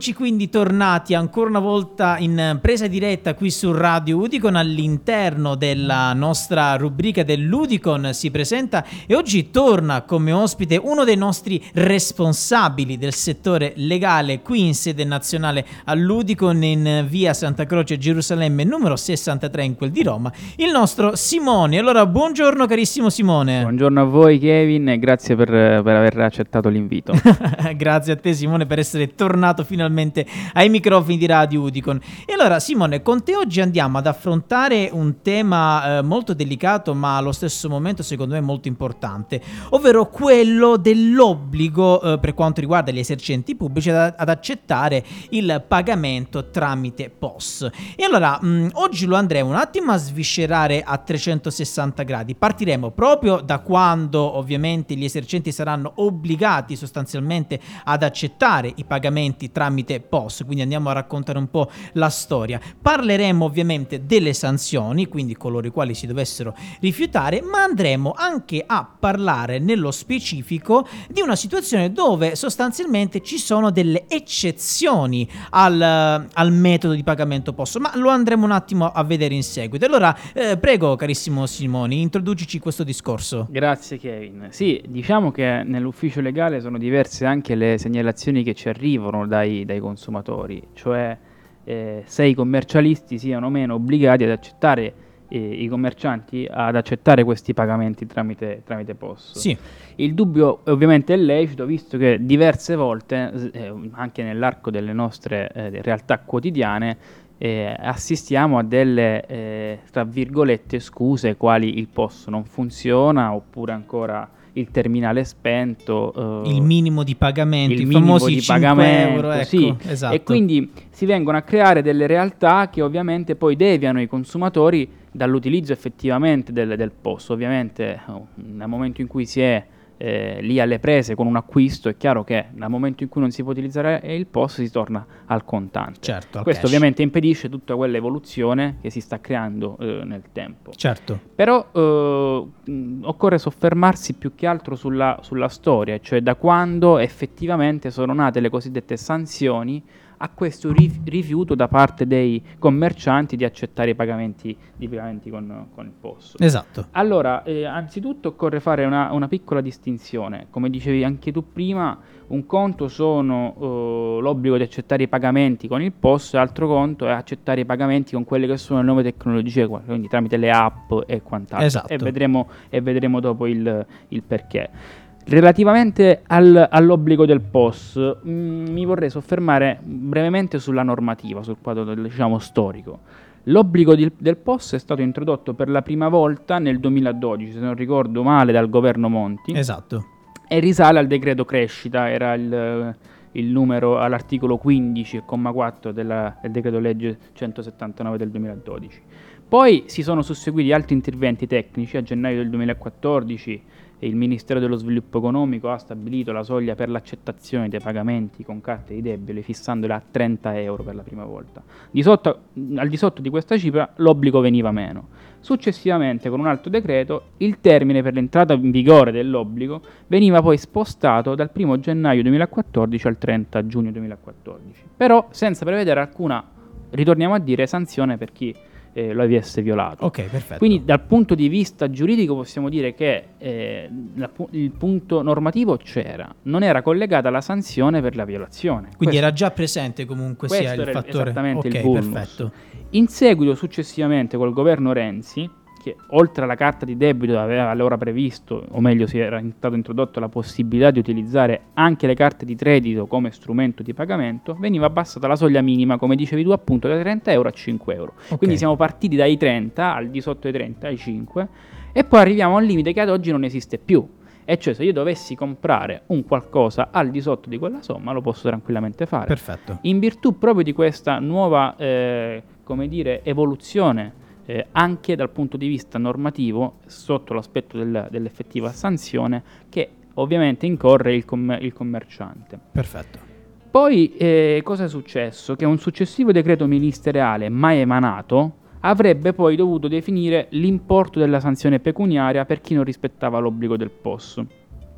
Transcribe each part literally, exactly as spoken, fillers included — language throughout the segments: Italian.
Eccoci quindi tornati ancora una volta in presa diretta qui su Radio Udicon all'interno della nostra rubrica dell'Udicon si presenta e oggi torna come ospite uno dei nostri responsabili del settore legale qui in sede nazionale all'Udicon in via Santa Croce Gerusalemme numero sessantatré in quel di Roma, il nostro Simone. Allora buongiorno carissimo Simone. Buongiorno a voi Kevin e grazie per, per aver accettato l'invito. Grazie a te Simone per essere tornato finalmente ai microfoni di Radio Udicon. E allora Simone, con te oggi andiamo ad affrontare un tema eh, molto delicato ma allo stesso momento secondo me molto importante, ovvero quello dell'obbligo eh, per quanto riguarda gli esercenti pubblici ad, ad accettare il pagamento tramite P O S. E allora mh, oggi lo andremo un attimo a sviscerare a trecentosessanta gradi. Partiremo proprio da quando ovviamente gli esercenti saranno obbligati sostanzialmente ad accettare i pagamenti tramite P O S, quindi andiamo a raccontare un po' la storia. Parleremo ovviamente delle sanzioni, quindi coloro i quali si dovessero rifiutare, ma andremo anche a parlare nello specifico di una situazione dove sostanzialmente ci sono delle eccezioni al, al metodo di pagamento P O S, ma lo andremo un attimo a vedere in seguito. Allora eh, prego carissimo Simoni, introducici questo discorso. Grazie Kevin. Sì, diciamo che nell'ufficio legale sono diverse anche le segnalazioni che ci arrivano dai, dai consumatori, cioè eh, se i commercialisti siano o meno obbligati ad accettare eh, i commercianti ad accettare questi pagamenti tramite, tramite P O S. Sì. Il dubbio ovviamente è lecito, visto che diverse volte, eh, anche nell'arco delle nostre eh, realtà quotidiane, eh, assistiamo a delle, eh, tra virgolette, scuse quali il P O S non funziona, oppure ancora il terminale spento, eh, il minimo di pagamento, il i minimo famosi di cinque pagamento, euro, ecco, sì. Esatto. E quindi si vengono a creare delle realtà che ovviamente poi deviano i consumatori dall'utilizzo effettivamente del, del P O S. Ovviamente nel momento in cui si è eh, lì alle prese con un acquisto, è chiaro che nel momento in cui non si può utilizzare il P O S si torna al contante. Certo, al Questo cash. ovviamente impedisce tutta quell'evoluzione che si sta creando eh, nel tempo. Certo. Però eh, mh, occorre soffermarsi più che altro sulla, sulla storia, cioè da quando effettivamente sono nate le cosiddette sanzioni a questo rif- rifiuto da parte dei commercianti di accettare i pagamenti, i pagamenti con, con il P O S. Esatto. Allora, eh, anzitutto occorre fare una, una piccola distinzione. Come dicevi anche tu prima, un conto sono uh, l'obbligo di accettare i pagamenti con il P O S, altro conto è accettare i pagamenti con quelle che sono le nuove tecnologie, quindi tramite le app e quant'altro. Esatto. E vedremo, e vedremo dopo il, il perché. Relativamente al, all'obbligo del P O S, mh, mi vorrei soffermare brevemente sulla normativa, sul quadro del, diciamo, storico. L'obbligo di, del P O S è stato introdotto per la prima volta nel duemiladodici, se non ricordo male, dal governo Monti. Esatto. E risale al decreto crescita, era il, il numero all'articolo quindici, comma quattro della, del decreto legge centosettantanove del duemiladodici. Poi si sono susseguiti altri interventi tecnici. A gennaio del duemilaquattordici il Ministero dello Sviluppo Economico ha stabilito la soglia per l'accettazione dei pagamenti con carte di debito, fissandola a trenta euro per la prima volta. Di sotto, al di sotto di questa cifra l'obbligo veniva meno. Successivamente, con un altro decreto, il termine per l'entrata in vigore dell'obbligo veniva poi spostato dal primo gennaio duemilaquattordici al trenta giugno duemilaquattordici, però senza prevedere alcuna, ritorniamo a dire, sanzione per chi Eh, lo avesse violato. Ok, perfetto. Quindi dal punto di vista giuridico possiamo dire che eh, la, il punto normativo c'era, non era collegata alla sanzione per la violazione. Quindi questo, era già presente comunque sia il era fattore. Esattamente okay, il vulnus. Perfetto. In seguito, successivamente, col governo Renzi, che oltre alla carta di debito aveva allora previsto, o meglio si era stato introdotto la possibilità di utilizzare anche le carte di credito come strumento di pagamento, veniva abbassata la soglia minima, come dicevi tu appunto, da trenta euro a cinque euro. Okay. Quindi siamo partiti dai trenta, al di sotto dei trenta, ai cinque, e poi arriviamo a un limite che ad oggi non esiste più. E cioè se io dovessi comprare un qualcosa al di sotto di quella somma lo posso tranquillamente fare. Perfetto. In virtù proprio di questa nuova, eh, come dire, evoluzione Eh, anche dal punto di vista normativo, sotto l'aspetto del, dell'effettiva sanzione, che ovviamente incorre il, com- il commerciante. Perfetto. Poi eh, cosa è successo? Che un successivo decreto ministeriale mai emanato avrebbe poi dovuto definire l'importo della sanzione pecuniaria per chi non rispettava l'obbligo del P O S.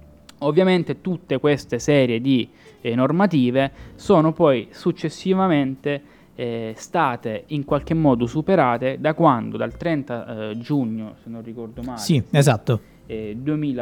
Ovviamente tutte queste serie di eh, normative sono poi successivamente eh, state in qualche modo superate da quando, dal trenta eh, giugno, se non ricordo male, Sì, esatto. eh,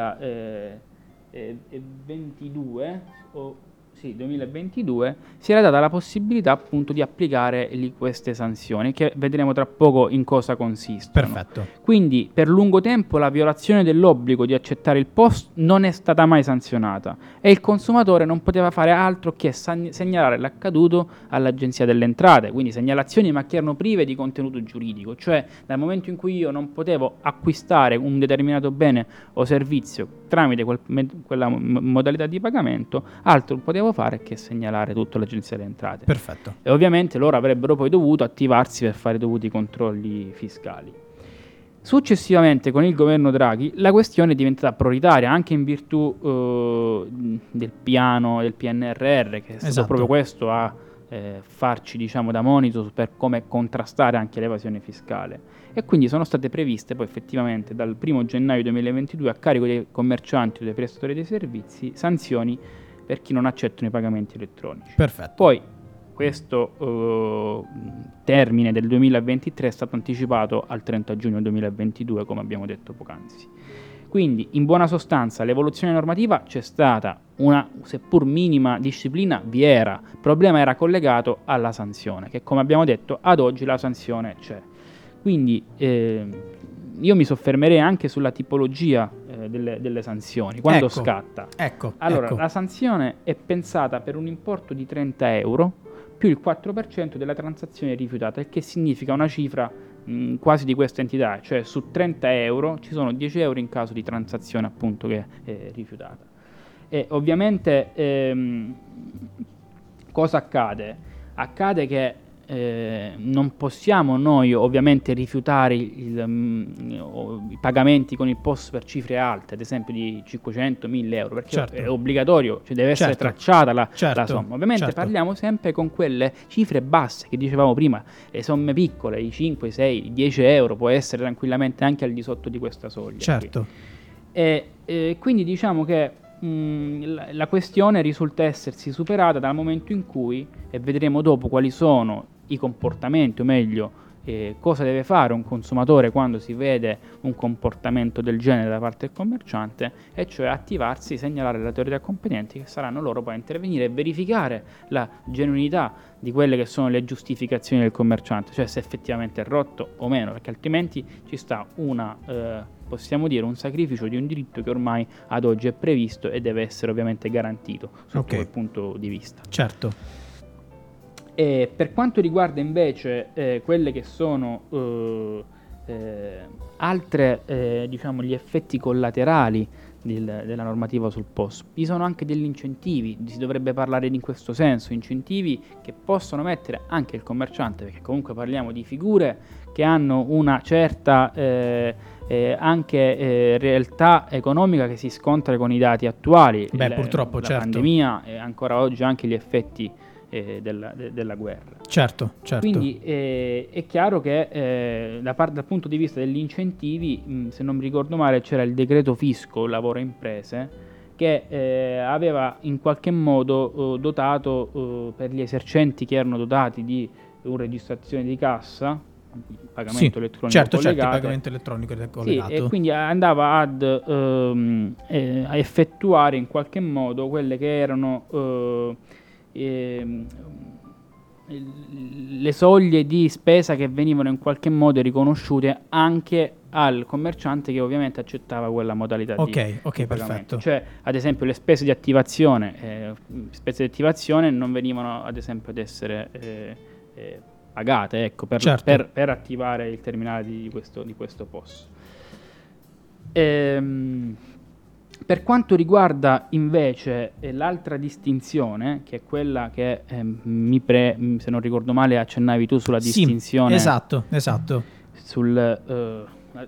duemilaventidue o sì, duemilaventidue si era data la possibilità appunto di applicare lì queste sanzioni, che vedremo tra poco in cosa consistono. Perfetto. Quindi per lungo tempo la violazione dell'obbligo di accettare il P O S non è stata mai sanzionata e il consumatore non poteva fare altro che san- segnalare l'accaduto all'Agenzia delle Entrate, quindi segnalazioni ma che erano prive di contenuto giuridico, cioè dal momento in cui io non potevo acquistare un determinato bene o servizio tramite quel, quella m- modalità di pagamento, altro non potevo fare che segnalare tutto all'Agenzia delle Entrate. Perfetto. E ovviamente loro avrebbero poi dovuto attivarsi per fare i dovuti controlli fiscali. Successivamente, con il governo Draghi, la questione è diventata prioritaria anche in virtù eh, del piano del P N R R, che è stato Esatto. proprio questo a eh, farci, diciamo, da monito per come contrastare anche l'evasione fiscale. E quindi sono state previste poi effettivamente dal primo gennaio duemilaventidue a carico dei commercianti o dei prestatori dei servizi sanzioni per chi non accettano i pagamenti elettronici. Perfetto. Poi questo uh, termine del duemilaventitré è stato anticipato al trenta giugno duemilaventidue, come abbiamo detto poc'anzi. Quindi, in buona sostanza, l'evoluzione normativa c'è stata, una seppur minima disciplina vi era, il problema era collegato alla sanzione, che come abbiamo detto ad oggi la sanzione c'è. Quindi eh, io mi soffermerei anche sulla tipologia eh, delle, delle sanzioni, quando ecco, scatta. Ecco, allora, ecco. la sanzione è pensata per un importo di trenta euro più il quattro per cento della transazione rifiutata, il che significa una cifra mh, quasi di questa entità, cioè su trenta euro ci sono dieci euro in caso di transazione appunto che è rifiutata. E ovviamente ehm, cosa accade? Accade che Eh, non possiamo noi ovviamente rifiutare il, il, um, i pagamenti con il P O S per cifre alte, ad esempio di cinquecento mille euro, perché certo. è obbligatorio, cioè deve essere certo. tracciata la, certo. la somma. Ovviamente certo. parliamo sempre con quelle cifre basse che dicevamo prima, le somme piccole, i cinque, sei, dieci euro, può essere tranquillamente anche al di sotto di questa soglia. Certo. E, e quindi diciamo che mh, la, la questione risulta essersi superata dal momento in cui, e vedremo dopo quali sono i comportamenti, o meglio eh, cosa deve fare un consumatore quando si vede un comportamento del genere da parte del commerciante, e cioè attivarsi, segnalare le autorità competenti, che saranno loro poi a intervenire e verificare la genuinità di quelle che sono le giustificazioni del commerciante, cioè se effettivamente è rotto o meno, perché altrimenti ci sta una eh, possiamo dire un sacrificio di un diritto che ormai ad oggi è previsto e deve essere ovviamente garantito sotto okay. quel punto di vista. Certo. E per quanto riguarda invece eh, quelle che sono eh, eh, altre, eh, diciamo, gli effetti collaterali del, della normativa sul P O S, vi sono anche degli incentivi, si dovrebbe parlare in questo senso, incentivi che possono mettere anche il commerciante, perché comunque parliamo di figure che hanno una certa eh, eh, anche eh, realtà economica che si scontra con i dati attuali. Beh, le, purtroppo, la certo. pandemia e ancora oggi anche gli effetti eh, della, de, della guerra. Certo, certo. Quindi eh, è chiaro che eh, da par- dal punto di vista degli incentivi, mh, se non mi ricordo male, c'era il decreto fisco lavoro e imprese che eh, aveva in qualche modo eh, dotato eh, per gli esercenti che erano dotati di una registrazione di cassa, pagamento sì, elettronico certo, collegato, certo, il pagamento elettronico è collegato. Sì, e quindi andava ad ehm, eh, a effettuare in qualche modo quelle che erano eh, eh, le soglie di spesa che venivano in qualche modo riconosciute anche al commerciante che ovviamente accettava quella modalità okay, di, okay, di pagamento. perfetto. Cioè, ad esempio, le spese di attivazione, eh, spese di attivazione non venivano ad esempio ad essere eh, eh, pagate, ecco, per, certo. per, per attivare il terminale di questo, di questo P O S. Ehm, per quanto riguarda invece eh, l'altra distinzione, che è quella che eh, mi pre, se non ricordo male accennavi tu sulla sì, distinzione esatto, esatto. sul, eh,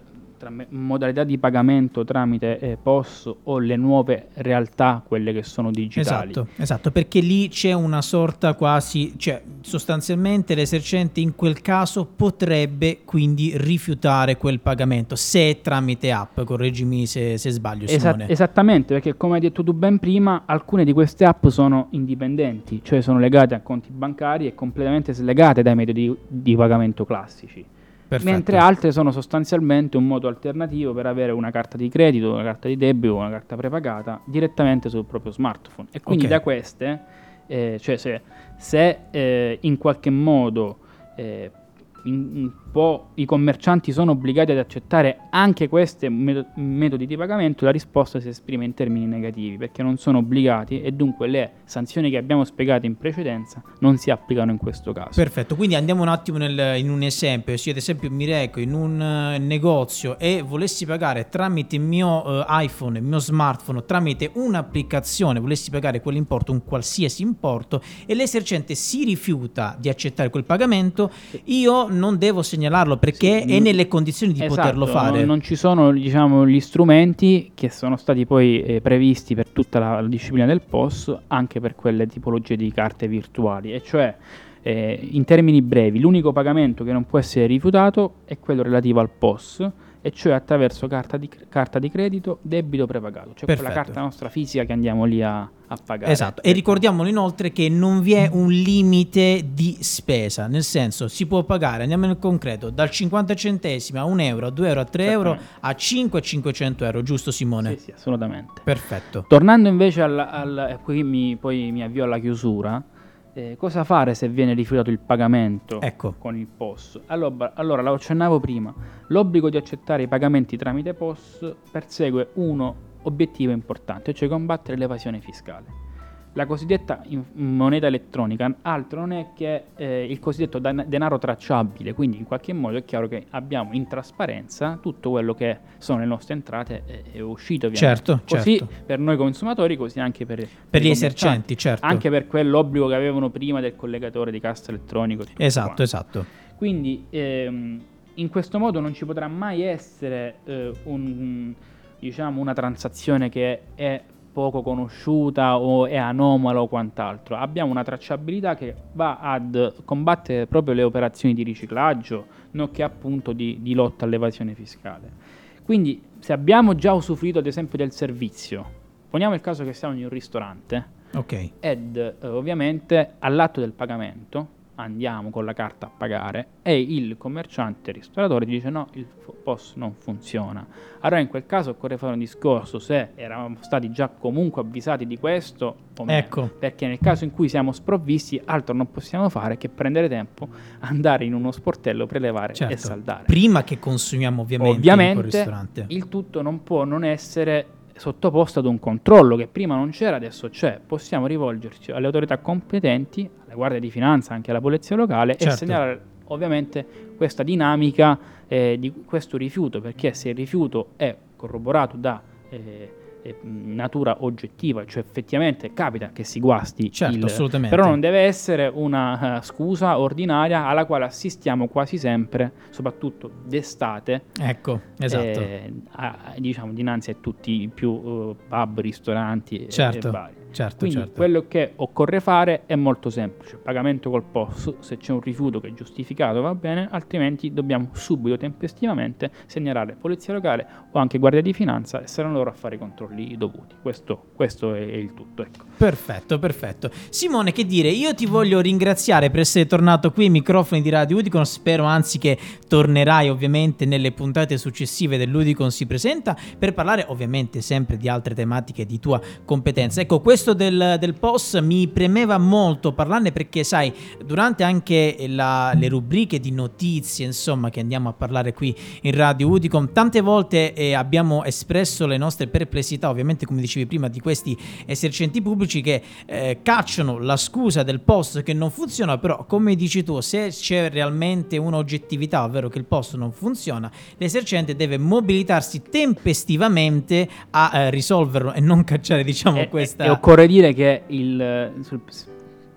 un'altra me- modalità di pagamento tramite eh, P O S o le nuove realtà, quelle che sono digitali. Esatto, esatto, perché lì c'è una sorta quasi, cioè sostanzialmente l'esercente in quel caso potrebbe quindi rifiutare quel pagamento se è tramite app, correggimi se, se sbaglio Simone. Esat- esattamente, perché come hai detto tu ben prima, alcune di queste app sono indipendenti, cioè sono legate a conti bancari e completamente slegate dai metodi di pagamento classici. Perfetto. Mentre altre sono sostanzialmente un modo alternativo per avere una carta di credito, una carta di debito, una carta prepagata direttamente sul proprio smartphone. E quindi Ok. da queste, eh, cioè se, se eh, in qualche modo eh, in- un po' i commercianti sono obbligati ad accettare anche questi meto- metodi di pagamento, la risposta si esprime in termini negativi, perché non sono obbligati e dunque le sanzioni che abbiamo spiegato in precedenza non si applicano in questo caso. Perfetto, quindi andiamo un attimo nel- in un esempio. Se io ad esempio mi reco in un eh, negozio e volessi pagare tramite il mio eh, iPhone, il mio smartphone, tramite un'applicazione, volessi pagare quell'importo, un qualsiasi importo, e l'esercente si rifiuta di accettare quel pagamento, io non devo segnalarlo perché Sì, è n- nelle condizioni di esatto, poterlo fare. Non, non ci sono, diciamo, gli strumenti che sono stati poi eh, previsti per tutta la, la disciplina del P O S, anche per quelle tipologie di carte virtuali, e cioè eh, in termini brevi l'unico pagamento che non può essere rifiutato è quello relativo al P O S, e cioè attraverso carta di, carta di credito, debito prepagato, cioè Perfetto. quella carta nostra fisica che andiamo lì a, a pagare. Esatto, e ricordiamolo inoltre che non vi è un limite di spesa, nel senso si può pagare, andiamo nel concreto, dal cinquanta centesimi a un euro, a due euro, a tre euro, a cinque e cinquecento euro, giusto Simone? Sì, sì, assolutamente. Perfetto. Tornando invece al, al e qui mi, poi mi avvio alla chiusura, eh, cosa fare se viene rifiutato il pagamento Ecco. con il P O S? Allora, allora, lo accennavo prima, l'obbligo di accettare i pagamenti tramite P O S persegue uno obiettivo importante, cioè combattere l'evasione fiscale. La cosiddetta in- moneta elettronica altro non è che eh, il cosiddetto dan- denaro tracciabile, quindi in qualche modo è chiaro che abbiamo in trasparenza tutto quello che sono le nostre entrate e, e uscite, ovviamente. Certo, Così certo. per noi consumatori, così anche per, Per i gli commercianti. esercenti, certo. Anche per quell'obbligo che avevano prima del collegatore di cassa elettronico. e tutto Esatto, quanto. esatto. Quindi ehm, in questo modo non ci potrà mai essere eh, un, diciamo, una transazione che è poco conosciuta o è anomala o quant'altro. Abbiamo una tracciabilità che va ad combattere proprio le operazioni di riciclaggio, nonché appunto di, di lotta all'evasione fiscale. Quindi se abbiamo già usufruito ad esempio del servizio, poniamo il caso che siamo in un ristorante Ok. ed eh, ovviamente all'atto del pagamento andiamo con la carta a pagare e il commerciante, il ristoratore dice no, il P O S non funziona. Allora in quel caso occorre fare un discorso se eravamo stati già comunque avvisati di questo o meno. Ecco. Perché nel caso in cui siamo sprovvisti altro non possiamo fare che prendere tempo, andare in uno sportello, prelevare Certo. e saldare. Prima che consumiamo ovviamente, in quel Ovviamente ristorante. il tutto non può non essere sottoposto ad un controllo che prima non c'era, adesso c'è. Possiamo rivolgerci alle autorità competenti, alle guardie di finanza, anche alla polizia locale Certo. e segnalare ovviamente questa dinamica eh, di questo rifiuto, perché se il rifiuto è corroborato da eh, eh, natura oggettiva, cioè effettivamente capita che si guasti Certo, il, assolutamente. però non deve essere una uh, scusa ordinaria alla quale assistiamo quasi sempre, soprattutto d'estate, Ecco, esatto. eh, a- diciamo dinanzi a tutti i più uh, pub, ristoranti e- Certo, e vari. certo, Quindi certo. quello che occorre fare è molto semplice: pagamento col P O S, se c'è un rifiuto che è giustificato va bene, altrimenti dobbiamo subito, tempestivamente segnalare polizia locale o anche guardia di finanza e saranno loro a fare i controlli dovuti. Questo, questo è il tutto, ecco. Perfetto, perfetto. Simone, che dire, io ti voglio ringraziare per essere tornato qui ai microfoni di Radio Udicon, spero anzi che tornerai ovviamente nelle puntate successive dell'Udicon si presenta per parlare ovviamente sempre di altre tematiche di tua competenza. Ecco, questo del, del P O S mi premeva molto parlarne perché sai, durante anche la, le rubriche di notizie, insomma, che andiamo a parlare qui in Radio Udicon, tante volte eh, abbiamo espresso le nostre perplessità, ovviamente come dicevi prima, di questi esercenti pubblici che eh, cacciano la scusa del P O S che non funziona, però come dici tu, se c'è realmente un'oggettività, ovvero che il P O S non funziona, l'esercente deve mobilitarsi tempestivamente a eh, risolverlo e non cacciare, diciamo, E- questa... e occorre dire che il, sul-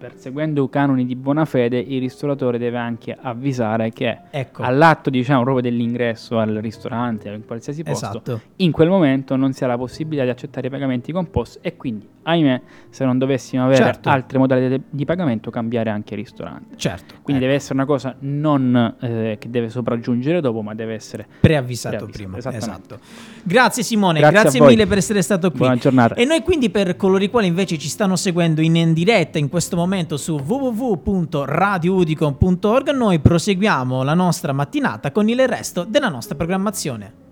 perseguendo canoni di buona fede, il ristoratore deve anche avvisare che Ecco. all'atto, diciamo, proprio dell'ingresso al ristorante, in qualsiasi posto, Esatto. in quel momento non si ha la possibilità di accettare i pagamenti con P O S e quindi, ahimè, se non dovessimo avere Certo. altre modalità di pagamento, cambiare anche ristorante. Certo. Quindi ecco. deve essere una cosa non eh, che deve sopraggiungere dopo, ma deve essere preavvisato, preavvisato, prima. esattamente. Esatto. Grazie Simone, Grazie grazie, a voi. mille per essere stato qui. Buona giornata. E noi quindi, per coloro i quali invece ci stanno seguendo in, in diretta in questo momento su w w w punto radio udicon punto org, noi proseguiamo la nostra mattinata con il resto della nostra programmazione.